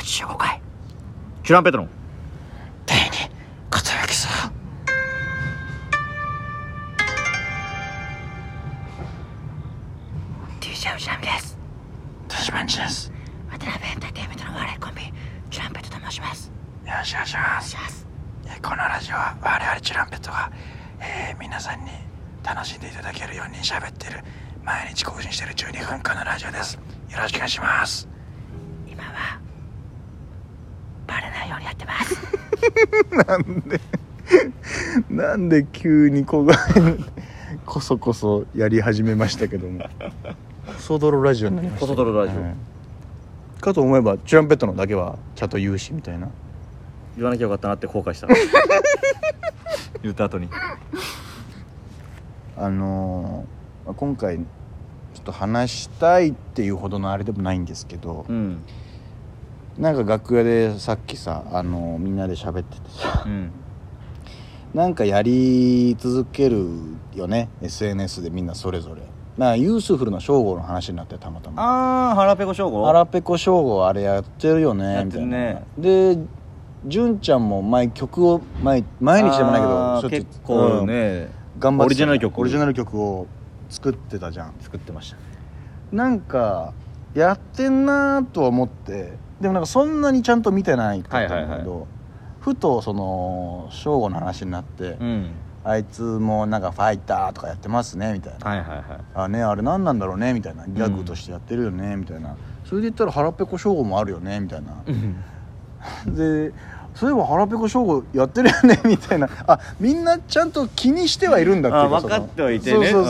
85回チュランペットの手に傾きそう。 DJ 藤波です。 田島んちです。 渡辺エンターテインメントのお笑いコンビチュランペットと申します。 よろしくお願いします。このラジオは我々チュランペットが、皆さんに楽しんでいただけるように喋ってる、毎日更新してる12分間のラジオです。よろしくお願いします。 今はバレないようにやってますなんで急にこそこそやり始めましたけどもコソ泥ラジオになりました。 コソ泥ラジオ、 かと思えばチュランペットのだけはちゃんと言うしみたいな。 言わなきゃよかったなって後悔した言った後に今回ちょっと話したいっていうほどのあれでもないんですけど、なんか楽屋でさっきさみんなで喋っててさ、なんかやり続けるよね SNS でみんなそれぞれ。ユースフルのショーゴの話になってたまたま。 腹ペコショーゴ。 腹ペコショーゴあれやってるよねみたいな。 ね、 で純ちゃんも曲を毎日でもないけど結構ね、 頑張ってオリジナル曲を作ってたじゃん。 作ってましたね。 なんかやってんなとは思って、でもなんかそんなにちゃんと見てないかったんだけど、ふとそのショーゴの話になって、あいつもなんかファイターとかやってますねみたいな、あれ何なんだろうねみたいな、ギャグとしてやってるよねみたいな、それで言ったら腹ペコショーゴもあるよねみたいな、でそういえば腹ペコショーゴやってるよねみたいな、みんなちゃんと気にしてはいるんだっていうか、 分かってはいてね。 そう、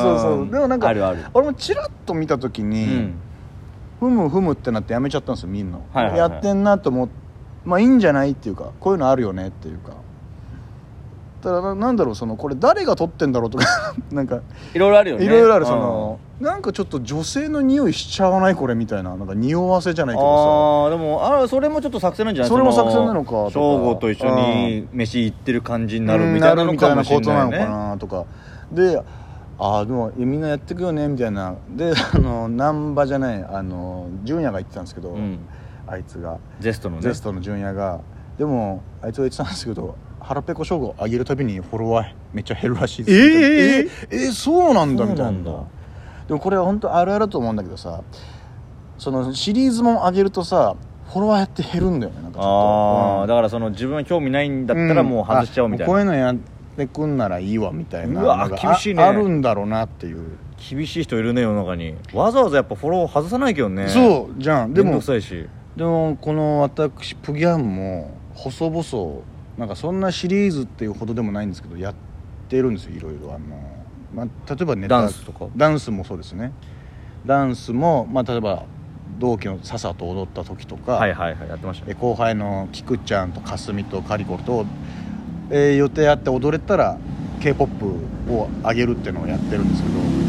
でもなんか俺もチラッと見た時に、ふむってなってやめちゃったんですよ見んの、やってんなと思って、いいんじゃないっていうか、こういうのあるよねっていうか、ただなんだろう、これ誰が撮ってんだろうとかなんかいろいろあるよね。 いろいろある。なんかちょっと女性の匂いしちゃわないこれみたいな、なんか匂わせじゃないけどさ、 でもそれもちょっと作戦なんじゃない？ それも作戦なのかとか、 ショーゴと一緒に飯行ってる感じになるみたいなのかもしれないね。 ことなのかなとかで、でもみんなやってくよねみたいな。で難波じゃない純也が言ってたんですけど、あいつがゼストの純也が、でもあいつが言ってたんですけど、腹ペコショーゴ上げるたびにフォロワーめっちゃ減るらしいです。そうなんだみたいな。でもこれは本当あるあると思うんだけどさ、そのシリーズも上げるとさフォロワーって減るんだよね。なんかちょっと、 だからその自分は興味ないんだったらもう外しちゃおうみたいな、 こういうのやってくんならいいわみたいな。 うわ厳しいね。 あるんだろうなっていう。 厳しい人いるね世の中に。わざわざやっぱフォロー外さないけどね。 そうじゃん。でもめんどくさいし。 でもこの私プギャンも細々なんかそんなシリーズっていうほどでもないんですけどやってるんですよ、いろいろ。例えばネタダンスとか、 ダンスもそうですね。ダンスも、例えば同期の笹と踊った時とか、 やってましたね。 後輩のキクちゃんとかすみとカリコと、予定あって踊れたら K-POP を上げるっていうのをやってるんです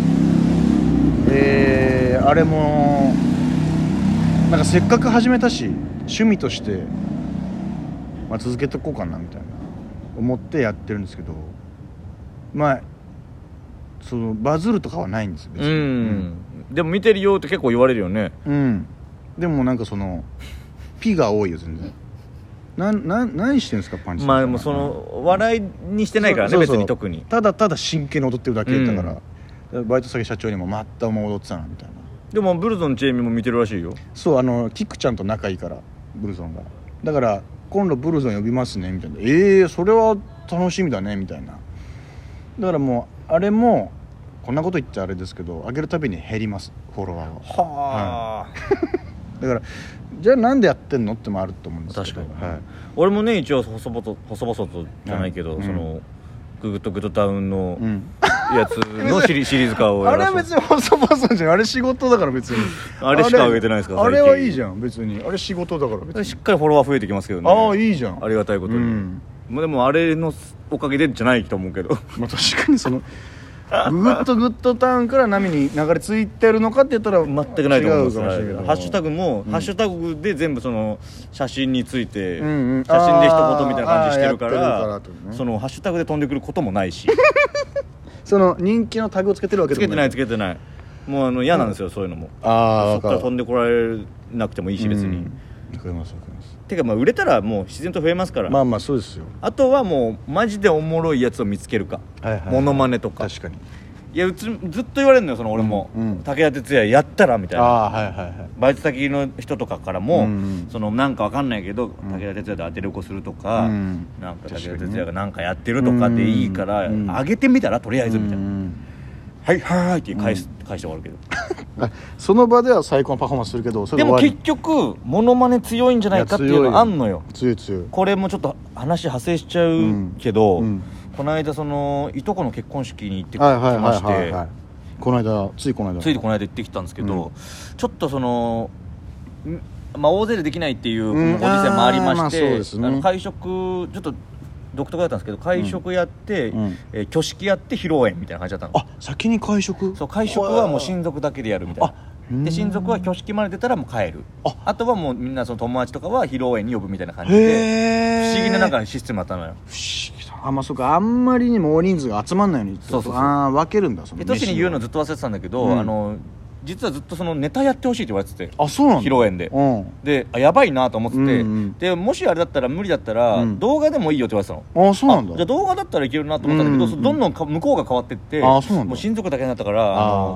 けど、あれもなんかせっかく始めたし趣味として、続けていこうかなみたいな思ってやってるんですけど、そのバズるとかはないんですよ別に。 でも見てるよって結構言われるよね。 でもなんかそのピが多いよ全然。何してんですかパンチ。 でもその笑いにしてないからね、別に特にただ真剣に踊ってるだけだから、バイト先社長にもまたお前踊ってたなみたいな。 でもブルゾンチェイミも見てるらしいよ。 そうキクちゃんと仲いいからブルゾンが、だから今度ブルゾン呼びますねみたいな。それは楽しみだねみたいな。だからもうあれもこんなこと言っちゃあれですけど、上げるたびに減りますフォロワーは。だからじゃあなんでやってんのってもあると思うんですけど。 確かに、俺もね一応細々とじゃないけど、そのグッドグッドタウンのやつのシリーズ化をやらせて。 あれは別に細々じゃん、あれ仕事だから別に。 あれしか上げてないですか。 あれはいいじゃん別に、あれ仕事だから別に。 しっかりフォロワー増えてきますけどね。 いいじゃん、 ありがたいことに。でもあれのおかげでじゃないと思うけど確かにそのグッドタウンから波に流れ着いてるのかって言ったら全くないと思います。 違うかもしれないけど、 ハッシュタグも、ハッシュタグで全部その写真について、写真で一言みたいな感じしてるから、そのハッシュタグで飛んでくることもないしその人気のタグをつけてるわけでもない。 つけてないもう嫌なんですよ、そういうのも。そっから飛んでこられなくてもいいし別に、 わかりますわかります。 てかまあ売れたらもう自然と増えますから。 まあまあそうですよ。 あとはもうマジでおもろいやつを見つけるか、モノマネとか。 確かに。 いやずっと言われるのよ、その俺も、武田鉄矢やったらみたいな。 はいはいはい。 バイト先の人とかからも、そのなんかわかんないけど、武田鉄矢で当てる子するとか、なんか武田鉄矢がなんかやってるとかでいいから、上げてみたらとりあえずみたいな、はいはいって返して終わるけどその場では最高のパフォーマンスするけど、 でも結局モノマネ強いんじゃないかっていうのあんのよ。 強い強い。 これもちょっと話派生しちゃうけど、この間そのいとこの結婚式に行ってきまして、 ついこの間行ってきたんですけど、ちょっとそのまあ大勢でできないっていうご時世もありまして、会食ちょっと独特だったんですけど、会食やって、挙式やって披露宴みたいな感じだったの。 あ、先に会食。 そう、会食はもう親族だけでやるみたいな。で親族は挙式まで出たらもう帰る。あとはもうみんなその友達とかは披露宴に呼ぶみたいな感じで、不思議ななんかシステムあったのよ。 不思議だ。まあそうか、あんまりにも大人数が集まんないように。そう分けるんだ。 で年に言うのずっと忘れてたんだけど、実はずっとそのネタやってほしいって言われてて。 あ、そうなんだ。 披露宴で、やばいなと思ってて、でもしあれだったら無理だったら、動画でもいいよって言われてたの。 あ、そうなんだ。 じゃあ動画だったらいけるなと思ったんだけど、どんどん向こうが変わってって、もう親族だけになったから、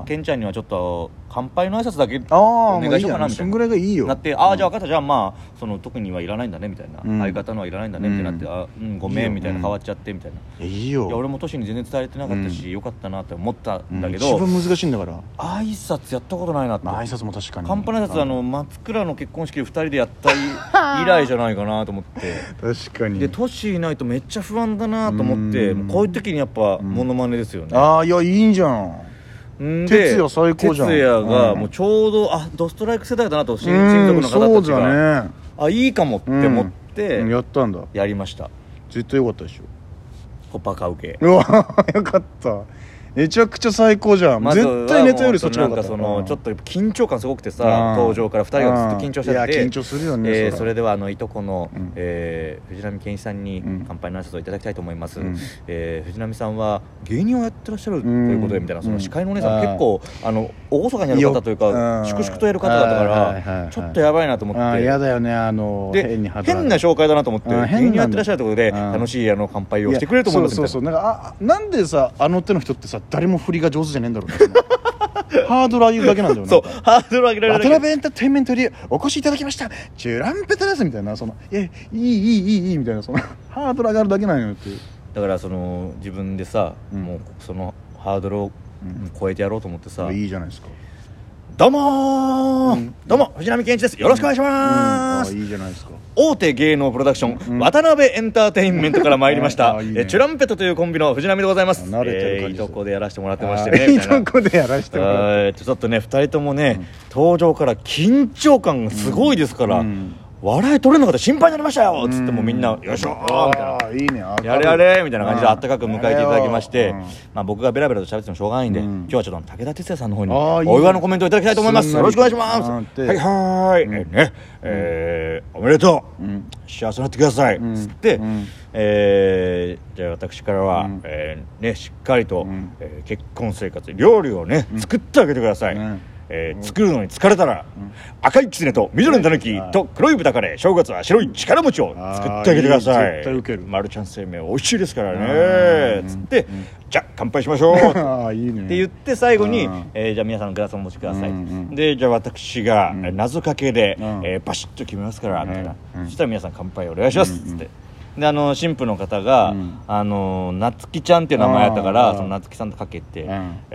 ケンちゃんにはちょっと乾杯の挨拶だけお願いしようかなみたいな。 そんぐらいがいいよ。 なって、じゃあ分かった、じゃあまあその特にはいらないんだねみたいな、相方のはいらないんだねってなって、ごめんみたいな、変わっちゃってみたいな。 いいよ。 いや俺も年に全然伝えてなかったし、よかったなって思ったんだけど、 一番難しいんだから。 挨拶やったことないなって。 挨拶も確かに。 乾杯の挨拶松倉の結婚式で2人でやった以来じゃないかなと思って。 確かに。 で年いないとめっちゃ不安だなと思って、こういう時にやっぱモノマネですよね。 いやいいんじゃん。哲也最高じゃん。 哲也がもうちょうどドストライク世代だなと、親族の方たちがいいかもって思ってやったんだ。 やりました。 絶対よかったでしょ。 コパ買う系。 うわよかった。めちゃくちゃ最高じゃん。絶対ネタよりそっちの方が。 ちょっと緊張感すごくてさ、登場から2人がずっと緊張してて、 緊張するよね。 それではいとこの藤波健一さんに乾杯の挨拶をいただきたいと思います。藤波さんは芸人をやってらっしゃるということでみたいな、その司会のお姉さん結構厳かにやる方というか粛々とやる方だったからちょっとやばいなと思って。 嫌だよね、 変な紹介だなと思って、芸人やってらっしゃるということで楽しい乾杯をしてくれると思いますみたいな。 なんでさ手の人ってさ誰も振りが上手じゃねえんだろうね。ハードル上げるだけなんだよね。 そう、ハードル上げられるだけ。 渡辺エンターテインメントにお越しいただきましたチュランペタですみたいな、いいみたいな、そのハードル上がるだけなんよっていう。 だからその自分でさ、もうそのハードルを超えてやろうと思ってさ。 いいじゃないですか。 どうも藤波健一です。よろしくお願いします。 いいじゃないですか。 大手芸能プロダクション、渡辺エンターテインメントから参りましたチュランペットというコンビの藤波でございます。いとこでやらせてもらってましてね。 いとこでやらせてもらって、 ちょっとね2人ともね、登場から緊張感がすごいですから、笑い取れなかった、心配になりましたよっつってもみんなよいしょーみたいな、やれやれみたいな感じであったかく迎えていただきまして、僕がベラベラと喋ってもしょうがないんで、今日はちょっと武田鉄矢さんの方にお祝いのコメントをいただきたいと思います。よろしくお願いします。はいね、おめでとう、幸せになってくださいつって、じゃあ私からはしっかりと結婚生活料理をね作ってあげてください。作るのに疲れたら、赤いキツネと緑のタヌキと黒い豚カレー、正月は白い力餅を作ってあげてください。 絶対ウケる。 マルちゃん製麺美味しいですからねつって、じゃあ乾杯しましょうって言って最後に、じゃあ皆さんのグラスをお持ちください、でじゃあ私が謎かけでバシッと決めますからみたいな、そしたら皆さん乾杯お願いしますつって、で新婦の方がなつきちゃんっていう名前やったから、そのなつきさんとかけて、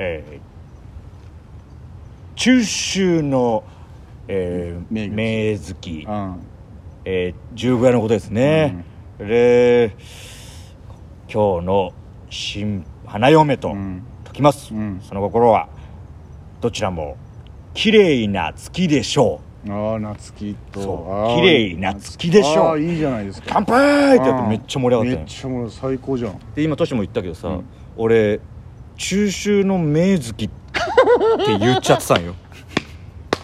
中秋の名月、十五夜のことですね、で今日の花嫁と解きます、その心はどちらも綺麗な月でしょう。 夏希と綺麗な月でしょう。 いいじゃないですか。 乾杯ってやってめっちゃ盛り上がったよ。 めっちゃ盛り最高じゃん。 で今トシも言ったけどさ、俺中秋の名月って言っちゃってたんよ。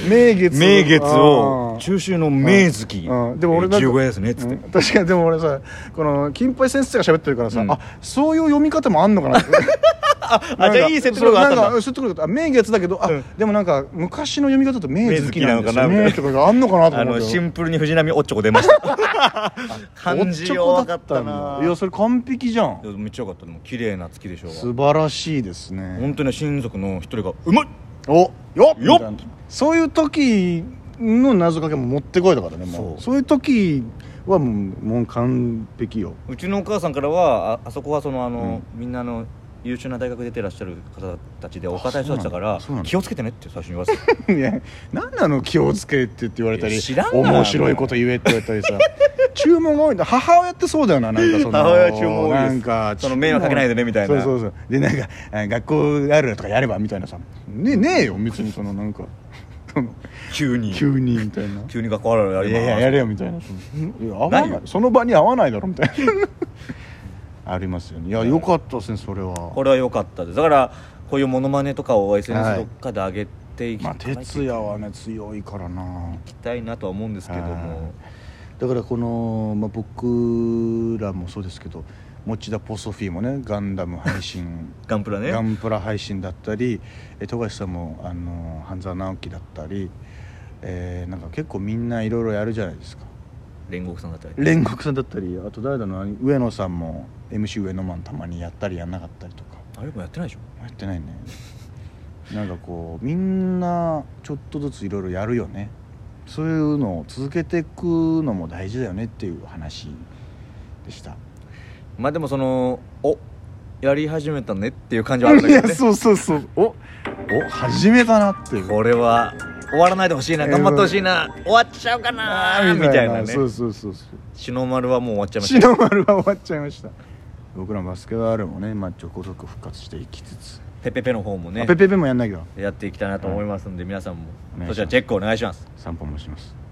名月を中秋の名月でも俺なんか 15夜ですねっつって、 確かに。でも俺さ、この金八先生が喋ってるからさ、あ、そういう読み方もあんのかなってあ、じゃあいい説得力があったんだ。 説得力あ、名月だけど、あ、でもなんか昔の読み方だと名月なのかなとかがあんのかなと思って、 シンプルに藤波おっちょこ出ました漢字弱かったな。 いや、それ完璧じゃん。 めっちゃよかった。でも綺麗な月でしょう。 素晴らしいですね。 本当に親族の一人がうまい、 およっよっ、 そういう時の謎かけも持ってこいだからね。もうそういう時はもう完璧よ。 うちのお母さんからはあそこはそのみんな優秀な大学出てらっしゃる方たちでお堅い人たちだから気をつけてねって最初に言わせていや、何なの気をつけてって言われたり、 知らんな、 面白いこと言えって言われたりさ注文が多いんだ。母親ってそうだよな。なんかその母親注文多いです。 なんかその迷惑かけないでねみたいな。 そうで、なんか学校あるとかやればみたいなさ、ねえよ別に。そのなんか急にみたいな、 急に学校あるやります、 いややれよみたいな、合わない、その場に合わないだろみたいなありますよね。いや、良かったですね、それは。 これは良かったです。だからこういうモノマネとかを SNS どっかで上げていきたい、 哲也はね強いからな、 行きたいなとは思うんですけども、 だからこの、僕らもそうですけど、持田ポソフィーもねガンダム配信ガンプラね、 ガンプラ配信だったり、富樫さんも半沢直樹だったり、なんか結構みんないろいろやるじゃないですか。 煉獄さんだったり、 あと誰だの、上野さんも MC 上野マンたまにやったりやんなかったりとか。 あれもやってないでしょ。 やってないねなんかこうみんなちょっとずついろいろやるよね。そういうのを続けていくのも大事だよねっていう話でした。 まあでもそのやり始めたねっていう感じはあるんだけどね。 いや、そうお始めたなっていう。 これは終わらないでほしいな、頑張ってほしいな、終わっちゃうかなみたいなね。 そう日の丸はもう終わっちゃいました。 日の丸は終わっちゃいました。僕らバスケワールもね、ちょこちょこ復活していきつつ、 ペペペの方もね、 ペペペもやんないけどやっていきたいなと思いますんで、皆さんもそちらチェックお願いします。 散歩もします。